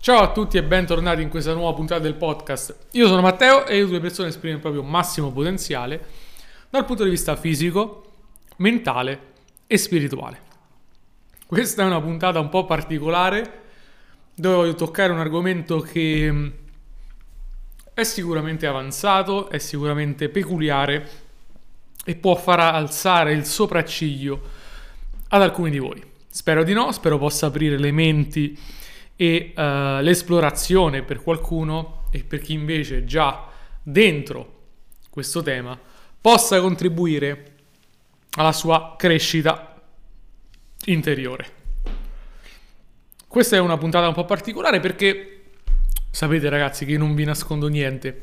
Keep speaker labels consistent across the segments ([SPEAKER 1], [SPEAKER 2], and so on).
[SPEAKER 1] Ciao a tutti e bentornati in questa nuova puntata del podcast. Io sono Matteo e aiuto le persone a esprimere il proprio massimo potenziale dal punto di vista fisico, mentale e spirituale. Questa è una puntata un po' particolare dove voglio toccare un argomento che è sicuramente avanzato, è sicuramente peculiare e può far alzare il sopracciglio ad alcuni di voi. Spero di no, spero possa aprire le menti e l'esplorazione per qualcuno e per chi invece è già dentro questo tema possa contribuire alla sua crescita interiore. Questa è una puntata un po' particolare perché sapete ragazzi che io non vi nascondo niente.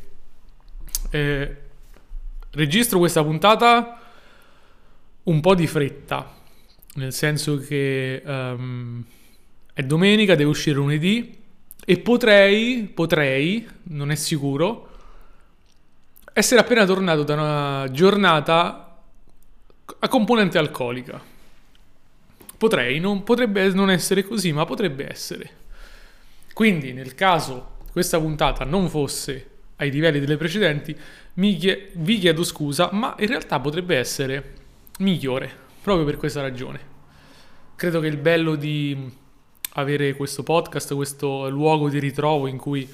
[SPEAKER 1] Registro questa puntata un po' di fretta, nel senso che è domenica, deve uscire lunedì e potrei, non è sicuro, essere appena tornato da una giornata a componente alcolica. Potrebbe non essere così, ma potrebbe essere. Quindi, nel caso questa puntata non fosse ai livelli delle precedenti, vi chiedo scusa, ma in realtà potrebbe essere migliore, proprio per questa ragione. Credo che il bello di avere questo podcast, questo luogo di ritrovo in cui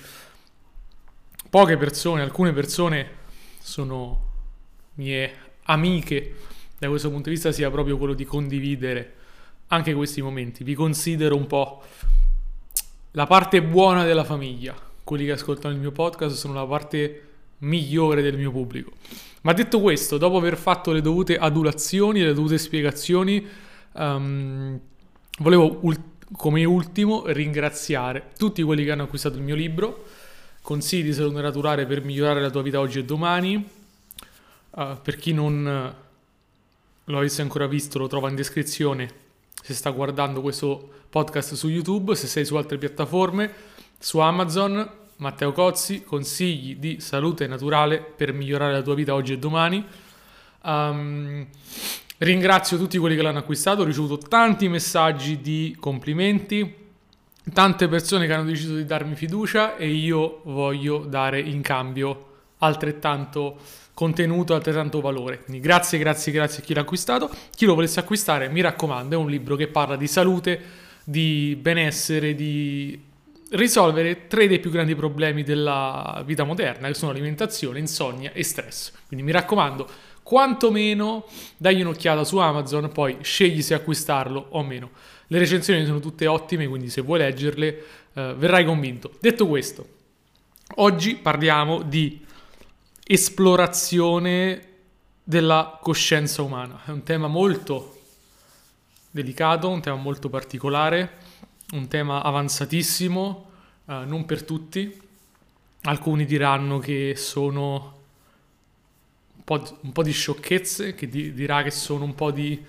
[SPEAKER 1] alcune persone sono mie amiche, da questo punto di vista sia proprio quello di condividere anche questi momenti. Vi considero un po' la parte buona della famiglia. Quelli che ascoltano il mio podcast sono la parte migliore del mio pubblico. Ma detto questo, dopo aver fatto le dovute adulazioni, le dovute spiegazioni, volevo come ultimo ringraziare tutti quelli che hanno acquistato il mio libro, Consigli di salute naturale per migliorare la tua vita oggi e domani. Per chi non lo avesse ancora visto, lo trova in descrizione se sta guardando questo podcast su YouTube, se sei su altre piattaforme, su Amazon. Matteo Cozzi, Consigli di salute naturale per migliorare la tua vita oggi e domani. Ringrazio tutti quelli che l'hanno acquistato, ho ricevuto tanti messaggi di complimenti, tante persone che hanno deciso di darmi fiducia e io voglio dare in cambio altrettanto contenuto, altrettanto valore. Quindi grazie a chi l'ha acquistato. Chi lo volesse acquistare, mi raccomando, è un libro che parla di salute, di benessere, di risolvere 3 dei più grandi problemi della vita moderna, che sono alimentazione, insonnia e stress. Quindi mi raccomando, quantomeno dagli un'occhiata su Amazon, poi scegli se acquistarlo o meno. Le recensioni sono tutte ottime, quindi se vuoi leggerle verrai convinto. Detto questo, oggi parliamo di esplorazione della coscienza umana. È un tema molto delicato, un tema molto particolare, un tema avanzatissimo, non per tutti. Alcuni diranno che sono un po' di sciocchezze, che dirà che sono un po' di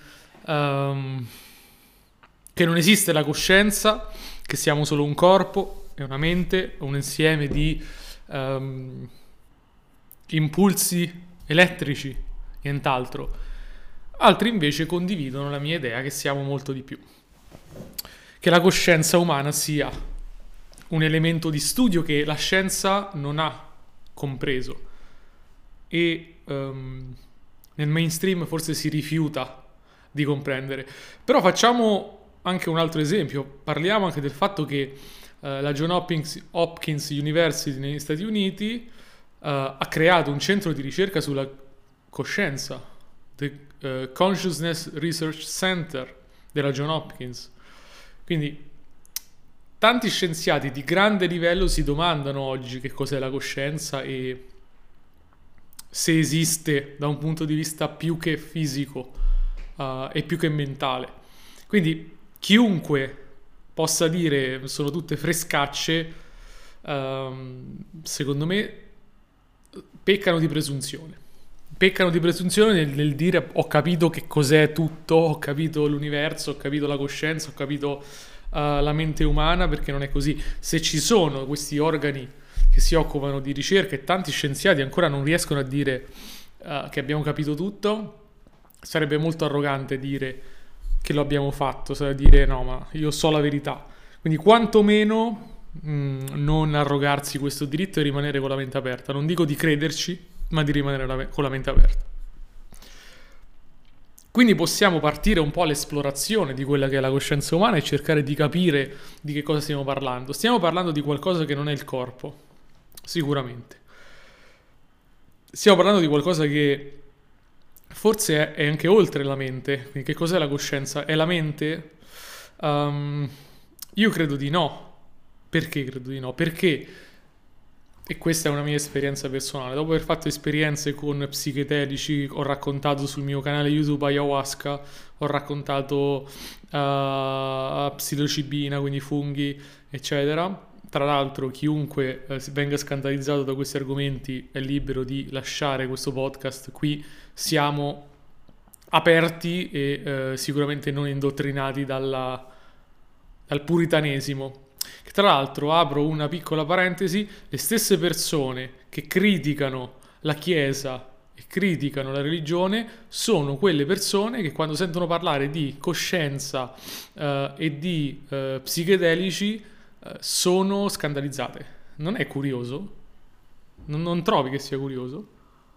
[SPEAKER 1] che non esiste la coscienza, che siamo solo un corpo e una mente, un insieme di impulsi elettrici, nient'altro. Altri invece condividono la mia idea che siamo molto di più, che la coscienza umana sia un elemento di studio che la scienza non ha compreso e nel mainstream forse si rifiuta di comprendere. Però facciamo anche un altro esempio, parliamo anche del fatto che la Johns Hopkins University negli Stati Uniti ha creato un centro di ricerca sulla coscienza, The Consciousness Research Center della Johns Hopkins. Quindi tanti scienziati di grande livello si domandano oggi che cos'è la coscienza e se esiste da un punto di vista più che fisico e più che mentale. Quindi chiunque possa dire sono tutte frescacce, secondo me peccano di presunzione. Nel dire ho capito che cos'è tutto, ho capito l'universo, ho capito la coscienza, ho capito la mente umana, perché non è così. Se ci sono questi organi che si occupano di ricerca e tanti scienziati ancora non riescono a dire che abbiamo capito tutto, sarebbe molto arrogante dire che lo abbiamo fatto, sarebbe dire no, ma io so la verità. Quindi quantomeno non arrogarsi questo diritto e rimanere con la mente aperta. Non dico di crederci, ma di rimanere con la mente aperta. Quindi possiamo partire un po' all'esplorazione di quella che è la coscienza umana e cercare di capire di che cosa stiamo parlando. Stiamo parlando di qualcosa che non è il corpo, sicuramente. Stiamo parlando di qualcosa che forse è anche oltre la mente. Quindi che cos'è la coscienza? È la mente? Io credo di no. Perché credo di no? Perché, e questa è una mia esperienza personale, dopo aver fatto esperienze con psichedelici, ho raccontato sul mio canale YouTube ayahuasca, ho raccontato psilocibina, quindi funghi, eccetera. Tra l'altro, chiunque venga scandalizzato da questi argomenti è libero di lasciare questo podcast. Qui siamo aperti e sicuramente non indottrinati dal puritanesimo. Che tra l'altro, apro una piccola parentesi, le stesse persone che criticano la Chiesa e criticano la religione sono quelle persone che quando sentono parlare di coscienza e di psichedelici sono scandalizzate. Non è curioso? Non trovi che sia curioso?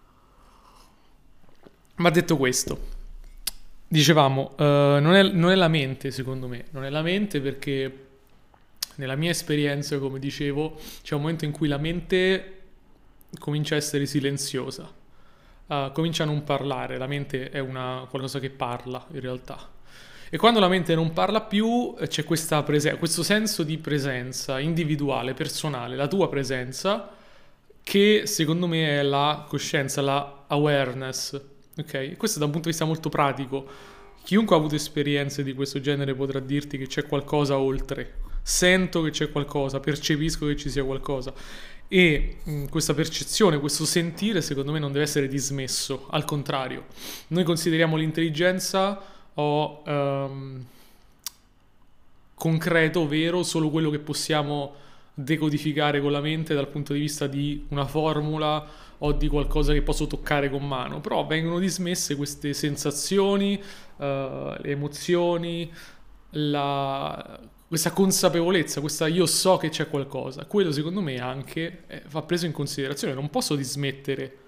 [SPEAKER 1] Ma detto questo, dicevamo, non è la mente, secondo me, non è la mente perché nella mia esperienza, come dicevo, c'è un momento in cui la mente comincia a essere silenziosa, comincia a non parlare, la mente è qualcosa che parla in realtà. E quando la mente non parla più, c'è questo senso di presenza individuale, personale, la tua presenza, che secondo me è la coscienza, la awareness. Ok? E questo da un punto di vista molto pratico. Chiunque ha avuto esperienze di questo genere potrà dirti che c'è qualcosa oltre. Sento che c'è qualcosa, percepisco che ci sia qualcosa. E questa percezione, questo sentire, secondo me non deve essere dismesso. Al contrario, noi consideriamo l'intelligenza o concreto, vero, solo quello che possiamo decodificare con la mente dal punto di vista di una formula o di qualcosa che posso toccare con mano, però vengono dismesse queste sensazioni, le emozioni, questa consapevolezza, questa io so che c'è qualcosa. Quello secondo me anche va preso in considerazione. Non posso dismettere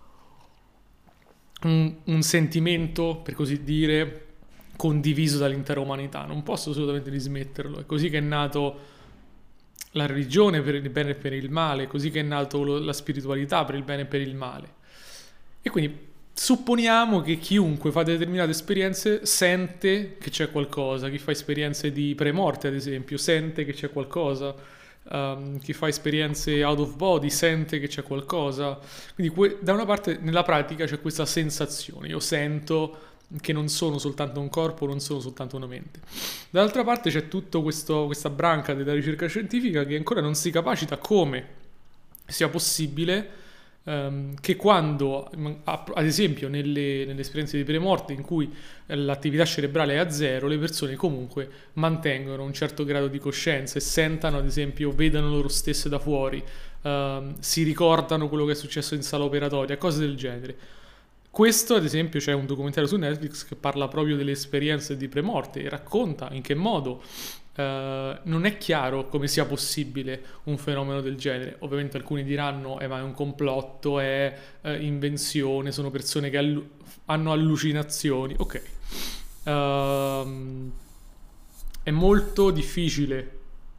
[SPEAKER 1] un sentimento, per così dire, condiviso dall'intera umanità. Non posso assolutamente dismetterlo. È così che è nato la religione per il bene e per il male, così che è nato la spiritualità per il bene e per il male. E quindi supponiamo che chiunque fa determinate esperienze sente che c'è qualcosa. Chi fa esperienze di premorte, ad esempio, sente che c'è qualcosa. Chi fa esperienze out of body sente che c'è qualcosa. Quindi da una parte nella pratica c'è questa sensazione. Io sento che non sono soltanto un corpo, non sono soltanto una mente. Dall'altra parte c'è tutta questa branca della ricerca scientifica che ancora non si capacita come sia possibile che quando, ad esempio nelle esperienze di premorte in cui l'attività cerebrale è a zero, le persone comunque mantengono un certo grado di coscienza e sentano, ad esempio, vedano loro stesse da fuori, si ricordano quello che è successo in sala operatoria, cose del genere. Questo, ad esempio, c'è un documentario su Netflix che parla proprio delle esperienze di premorte e racconta in che modo non è chiaro come sia possibile un fenomeno del genere. Ovviamente alcuni diranno ma è un complotto, è invenzione, sono persone che hanno allucinazioni. Ok. È molto difficile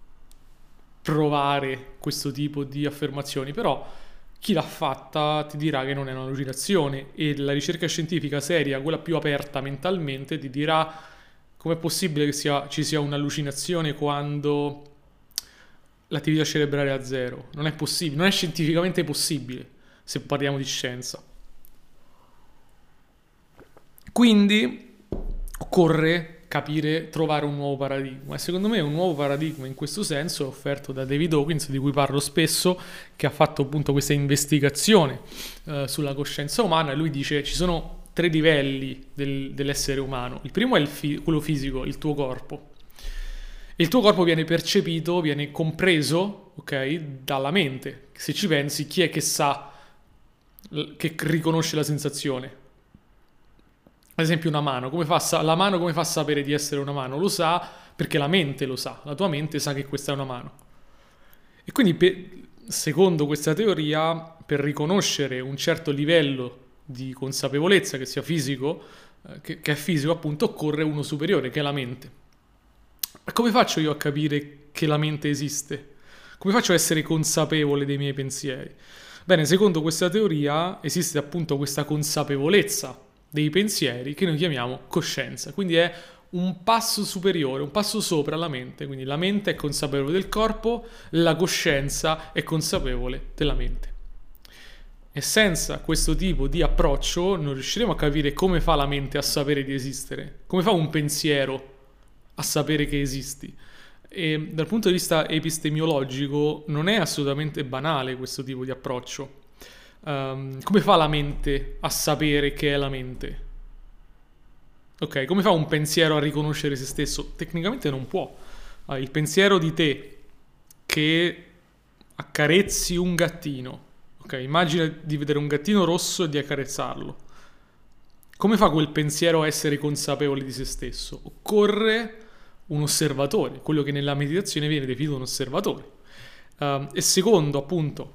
[SPEAKER 1] provare questo tipo di affermazioni, però chi l'ha fatta ti dirà che non è un'allucinazione e la ricerca scientifica seria, quella più aperta mentalmente, ti dirà com'è possibile che ci sia un'allucinazione quando l'attività cerebrale è a zero. Non è possibile, non è scientificamente possibile se parliamo di scienza. Quindi occorre capire, trovare un nuovo paradigma e secondo me un nuovo paradigma in questo senso è offerto da David Hawkins, di cui parlo spesso, che ha fatto appunto questa investigazione sulla coscienza umana e lui dice ci sono 3 livelli dell'essere umano. Il primo è quello fisico, il tuo corpo. Il tuo corpo viene percepito, viene compreso, ok, dalla mente. Se ci pensi, chi è che sa, che riconosce la sensazione? Ad esempio una mano, la mano come fa a sapere di essere una mano? Lo sa perché la mente lo sa, la tua mente sa che questa è una mano. E quindi, secondo questa teoria, per riconoscere un certo livello di consapevolezza, che sia fisico, che è fisico appunto, occorre uno superiore, che è la mente. Ma come faccio io a capire che la mente esiste? Come faccio a essere consapevole dei miei pensieri? Bene, secondo questa teoria esiste appunto questa consapevolezza dei pensieri che noi chiamiamo coscienza, quindi è un passo superiore, un passo sopra la mente, quindi la mente è consapevole del corpo, la coscienza è consapevole della mente. E senza questo tipo di approccio non riusciremo a capire come fa la mente a sapere di esistere, come fa un pensiero a sapere che esisti. E dal punto di vista epistemiologico non è assolutamente banale questo tipo di approccio. Come fa la mente a sapere che è la mente? Ok, come fa un pensiero a riconoscere se stesso? Tecnicamente non può. Il pensiero di te che accarezzi un gattino. Ok, immagina di vedere un gattino rosso e di accarezzarlo. Come fa quel pensiero a essere consapevole di se stesso? Occorre un osservatore, quello che nella meditazione viene definito un osservatore. E secondo appunto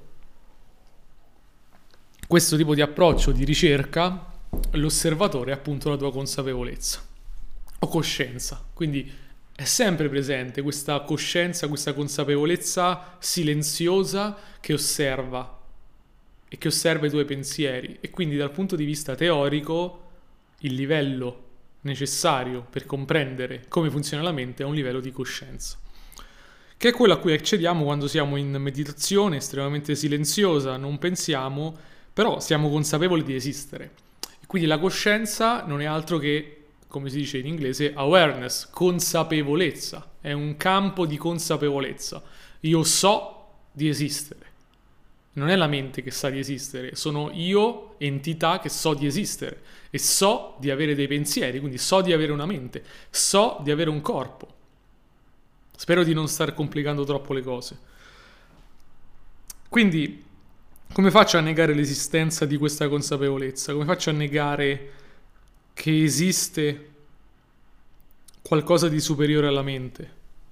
[SPEAKER 1] questo tipo di approccio di ricerca, l'osservatore è appunto la tua consapevolezza o coscienza. Quindi è sempre presente questa coscienza, questa consapevolezza silenziosa che osserva e che osserva i tuoi pensieri. E quindi dal punto di vista teorico il livello necessario per comprendere come funziona la mente è un livello di coscienza, che è quello a cui accediamo quando siamo in meditazione estremamente silenziosa, non pensiamo, però siamo consapevoli di esistere. E quindi la coscienza non è altro che, come si dice in inglese, awareness, consapevolezza, è un campo di consapevolezza. Io so di esistere. Non è la mente che sa di esistere, sono io, entità, che so di esistere e so di avere dei pensieri, quindi so di avere una mente, so di avere un corpo. Spero di non star complicando troppo le cose. Quindi, come faccio a negare l'esistenza di questa consapevolezza? Come faccio a negare che esiste qualcosa di superiore alla mente?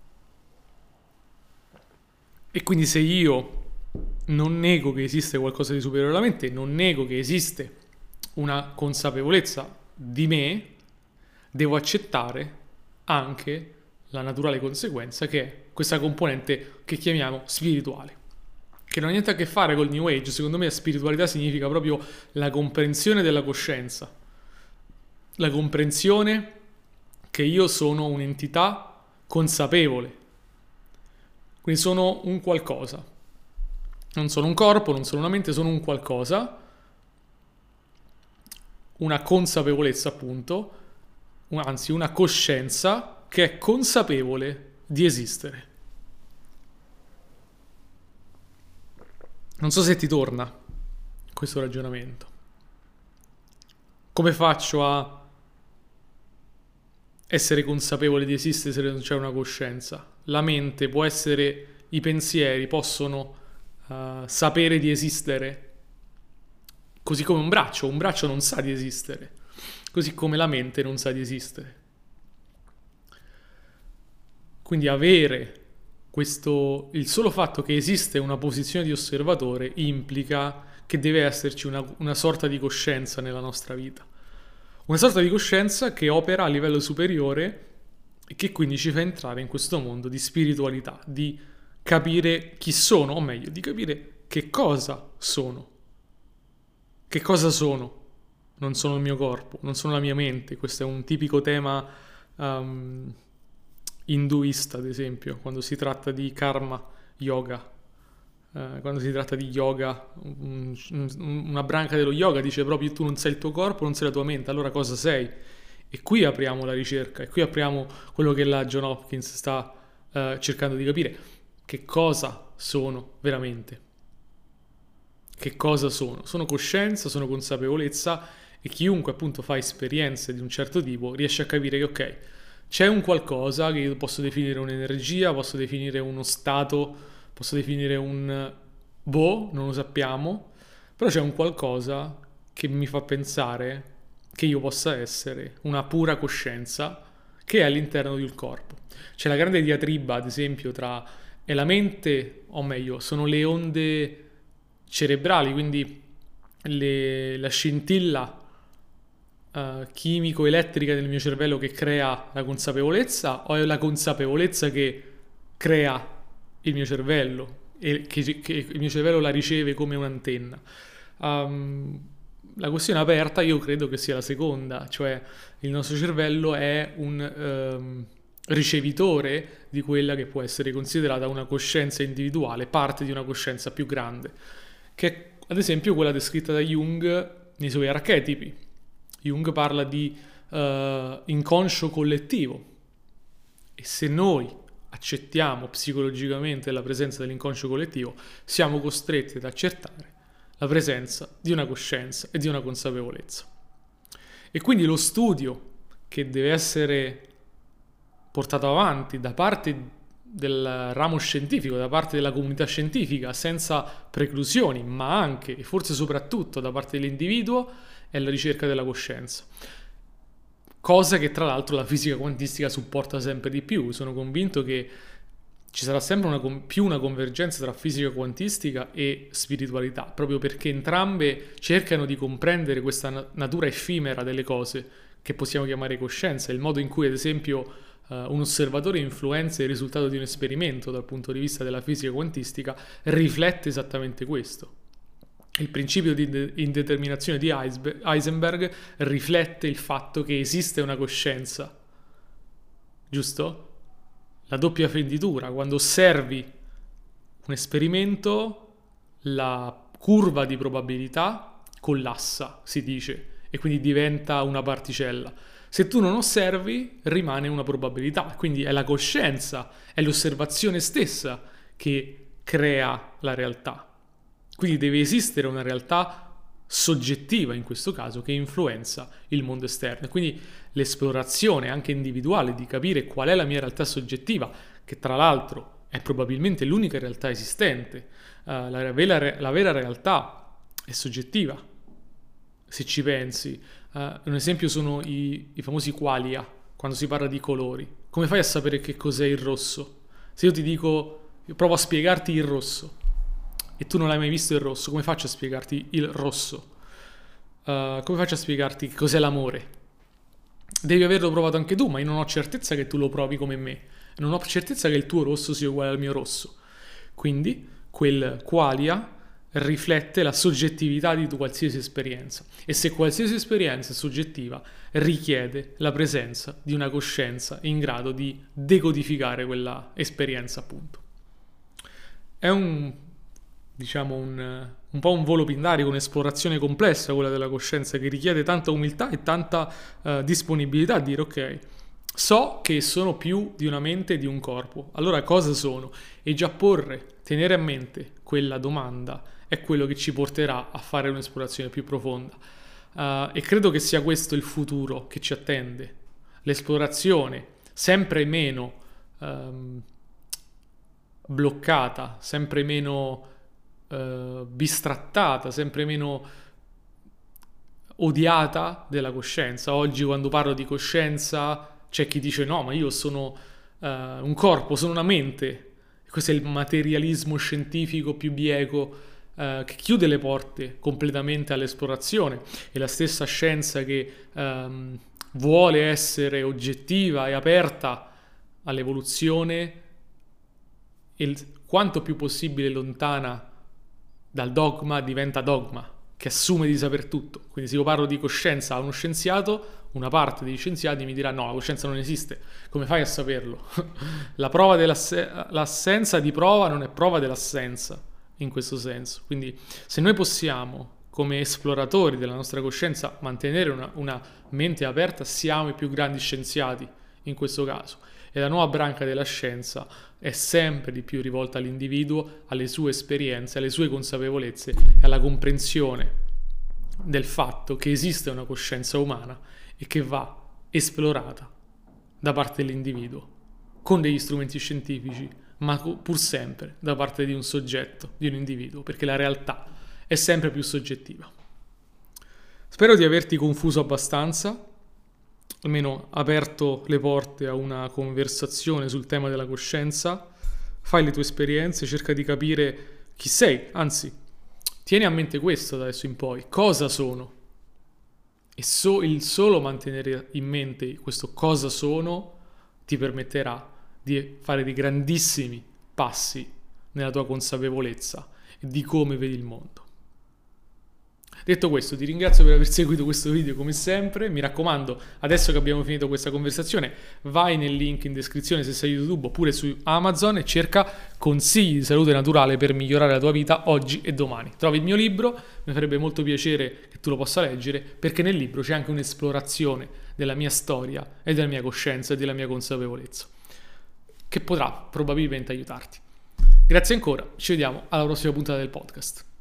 [SPEAKER 1] E quindi se io non nego che esiste qualcosa di superiore alla mente, non nego che esiste una consapevolezza di me, devo accettare anche la naturale conseguenza che è questa componente che chiamiamo spirituale, che non ha niente a che fare col New Age. Secondo me la spiritualità significa proprio la comprensione della coscienza, la comprensione che io sono un'entità consapevole, quindi sono un qualcosa. Non sono un corpo, non sono una mente, sono un qualcosa, una consapevolezza appunto, anzi una coscienza che è consapevole di esistere. Non so se ti torna questo ragionamento. Come faccio a essere consapevole di esistere se non c'è una coscienza? La mente può essere, i pensieri possono sapere di esistere, così come un braccio non sa di esistere, così come la mente non sa di esistere. Quindi avere il solo fatto che esiste una posizione di osservatore implica che deve esserci una sorta di coscienza nella nostra vita, una sorta di coscienza che opera a livello superiore e che quindi ci fa entrare in questo mondo di spiritualità, di capire chi sono, o meglio, di capire che cosa sono. Che cosa sono? Non sono il mio corpo, non sono la mia mente. Questo è un tipico tema induista, ad esempio, quando si tratta di karma yoga. Quando si tratta di yoga, una branca dello yoga dice proprio: tu non sei il tuo corpo, non sei la tua mente, allora cosa sei? E qui apriamo la ricerca, e qui apriamo quello che la John Hopkins sta cercando di capire. Che cosa sono veramente? Che cosa sono? Sono coscienza, sono consapevolezza, e chiunque appunto fa esperienze di un certo tipo riesce a capire che ok, c'è un qualcosa che io posso definire un'energia, posso definire uno stato, posso definire un non lo sappiamo, però c'è un qualcosa che mi fa pensare che io possa essere una pura coscienza che è all'interno di un corpo. C'è la grande diatriba, ad esempio, tra è la mente, o meglio, sono le onde cerebrali, quindi la scintilla chimico-elettrica del mio cervello che crea la consapevolezza, o è la consapevolezza che crea il mio cervello e che il mio cervello la riceve come un'antenna? La questione aperta io credo che sia la seconda, cioè il nostro cervello è un ricevitore di quella che può essere considerata una coscienza individuale, parte di una coscienza più grande, che è ad esempio quella descritta da Jung nei suoi archetipi. Jung parla di inconscio collettivo, e se noi accettiamo psicologicamente la presenza dell'inconscio collettivo, siamo costretti ad accettare la presenza di una coscienza e di una consapevolezza. E quindi lo studio che deve essere portato avanti da parte del ramo scientifico, da parte della comunità scientifica, senza preclusioni, ma anche e forse soprattutto da parte dell'individuo, è la ricerca della coscienza. Cosa che tra l'altro la fisica quantistica supporta sempre di più. Sono convinto che ci sarà sempre più una convergenza tra fisica quantistica e spiritualità, proprio perché entrambe cercano di comprendere questa natura effimera delle cose che possiamo chiamare coscienza, il modo in cui ad esempio un osservatore influenza il risultato di un esperimento dal punto di vista della fisica quantistica riflette esattamente questo. Il principio di indeterminazione di Heisenberg riflette il fatto che esiste una coscienza, giusto? La doppia fenditura, quando osservi un esperimento, la curva di probabilità collassa, si dice, e quindi diventa una particella. Se tu non osservi, rimane una probabilità, quindi è la coscienza, è l'osservazione stessa che crea la realtà. Quindi deve esistere una realtà soggettiva, in questo caso, che influenza il mondo esterno. Quindi l'esplorazione anche individuale di capire qual è la mia realtà soggettiva, che tra l'altro è probabilmente l'unica realtà esistente. La vera realtà è soggettiva, se ci pensi. Un esempio sono i famosi qualia, quando si parla di colori. Come fai a sapere che cos'è il rosso? Se io ti dico, io provo a spiegarti il rosso, e tu non l'hai mai visto il rosso, come faccio a spiegarti il rosso? Come faccio a spiegarti cos'è l'amore? Devi averlo provato anche tu, ma io non ho certezza che tu lo provi come me. Non ho certezza che il tuo rosso sia uguale al mio rosso. Quindi quel qualia riflette la soggettività di qualsiasi esperienza. E se qualsiasi esperienza è soggettiva, richiede la presenza di una coscienza in grado di decodificare quella esperienza, appunto. È un po' un volo pindarico, un'esplorazione complessa quella della coscienza, che richiede tanta umiltà e tanta disponibilità a dire ok, so che sono più di una mente e di un corpo, allora cosa sono? E già tenere a mente quella domanda è quello che ci porterà a fare un'esplorazione più profonda, e credo che sia questo il futuro che ci attende, l'esplorazione sempre meno bloccata, sempre meno bistrattata, sempre meno odiata della coscienza. Oggi quando parlo di coscienza c'è chi dice no, ma io sono un corpo, sono una mente. Questo è il materialismo scientifico più bieco, che chiude le porte completamente all'esplorazione. È la stessa scienza che vuole essere oggettiva e aperta all'evoluzione e quanto più possibile lontana dal dogma diventa dogma, che assume di saper tutto. Quindi se io parlo di coscienza a uno scienziato, una parte degli scienziati mi dirà no, la coscienza non esiste. Come fai a saperlo? La prova l'assenza di prova non è prova dell'assenza, in questo senso. Quindi se noi possiamo, come esploratori della nostra coscienza, mantenere una mente aperta, siamo i più grandi scienziati in questo caso. E la nuova branca della scienza è sempre di più rivolta all'individuo, alle sue esperienze, alle sue consapevolezze e alla comprensione del fatto che esiste una coscienza umana e che va esplorata da parte dell'individuo con degli strumenti scientifici, ma pur sempre da parte di un soggetto, di un individuo, perché la realtà è sempre più soggettiva. Spero di averti confuso abbastanza, almeno aperto le porte a una conversazione sul tema della coscienza. fai le tue esperienze, cerca di capire chi sei, anzi, tieni a mente questo da adesso in poi, cosa sono. E il solo mantenere in mente questo cosa sono ti permetterà di fare dei grandissimi passi nella tua consapevolezza e di come vedi il mondo. Detto questo, ti ringrazio per aver seguito questo video come sempre. Mi raccomando, adesso che abbiamo finito questa conversazione, vai nel link in descrizione se sei YouTube oppure su Amazon e cerca consigli di salute naturale per migliorare la tua vita oggi e domani. Trovi il mio libro, mi farebbe molto piacere che tu lo possa leggere, perché nel libro c'è anche un'esplorazione della mia storia e della mia coscienza e della mia consapevolezza, che potrà probabilmente aiutarti. Grazie ancora, ci vediamo alla prossima puntata del podcast.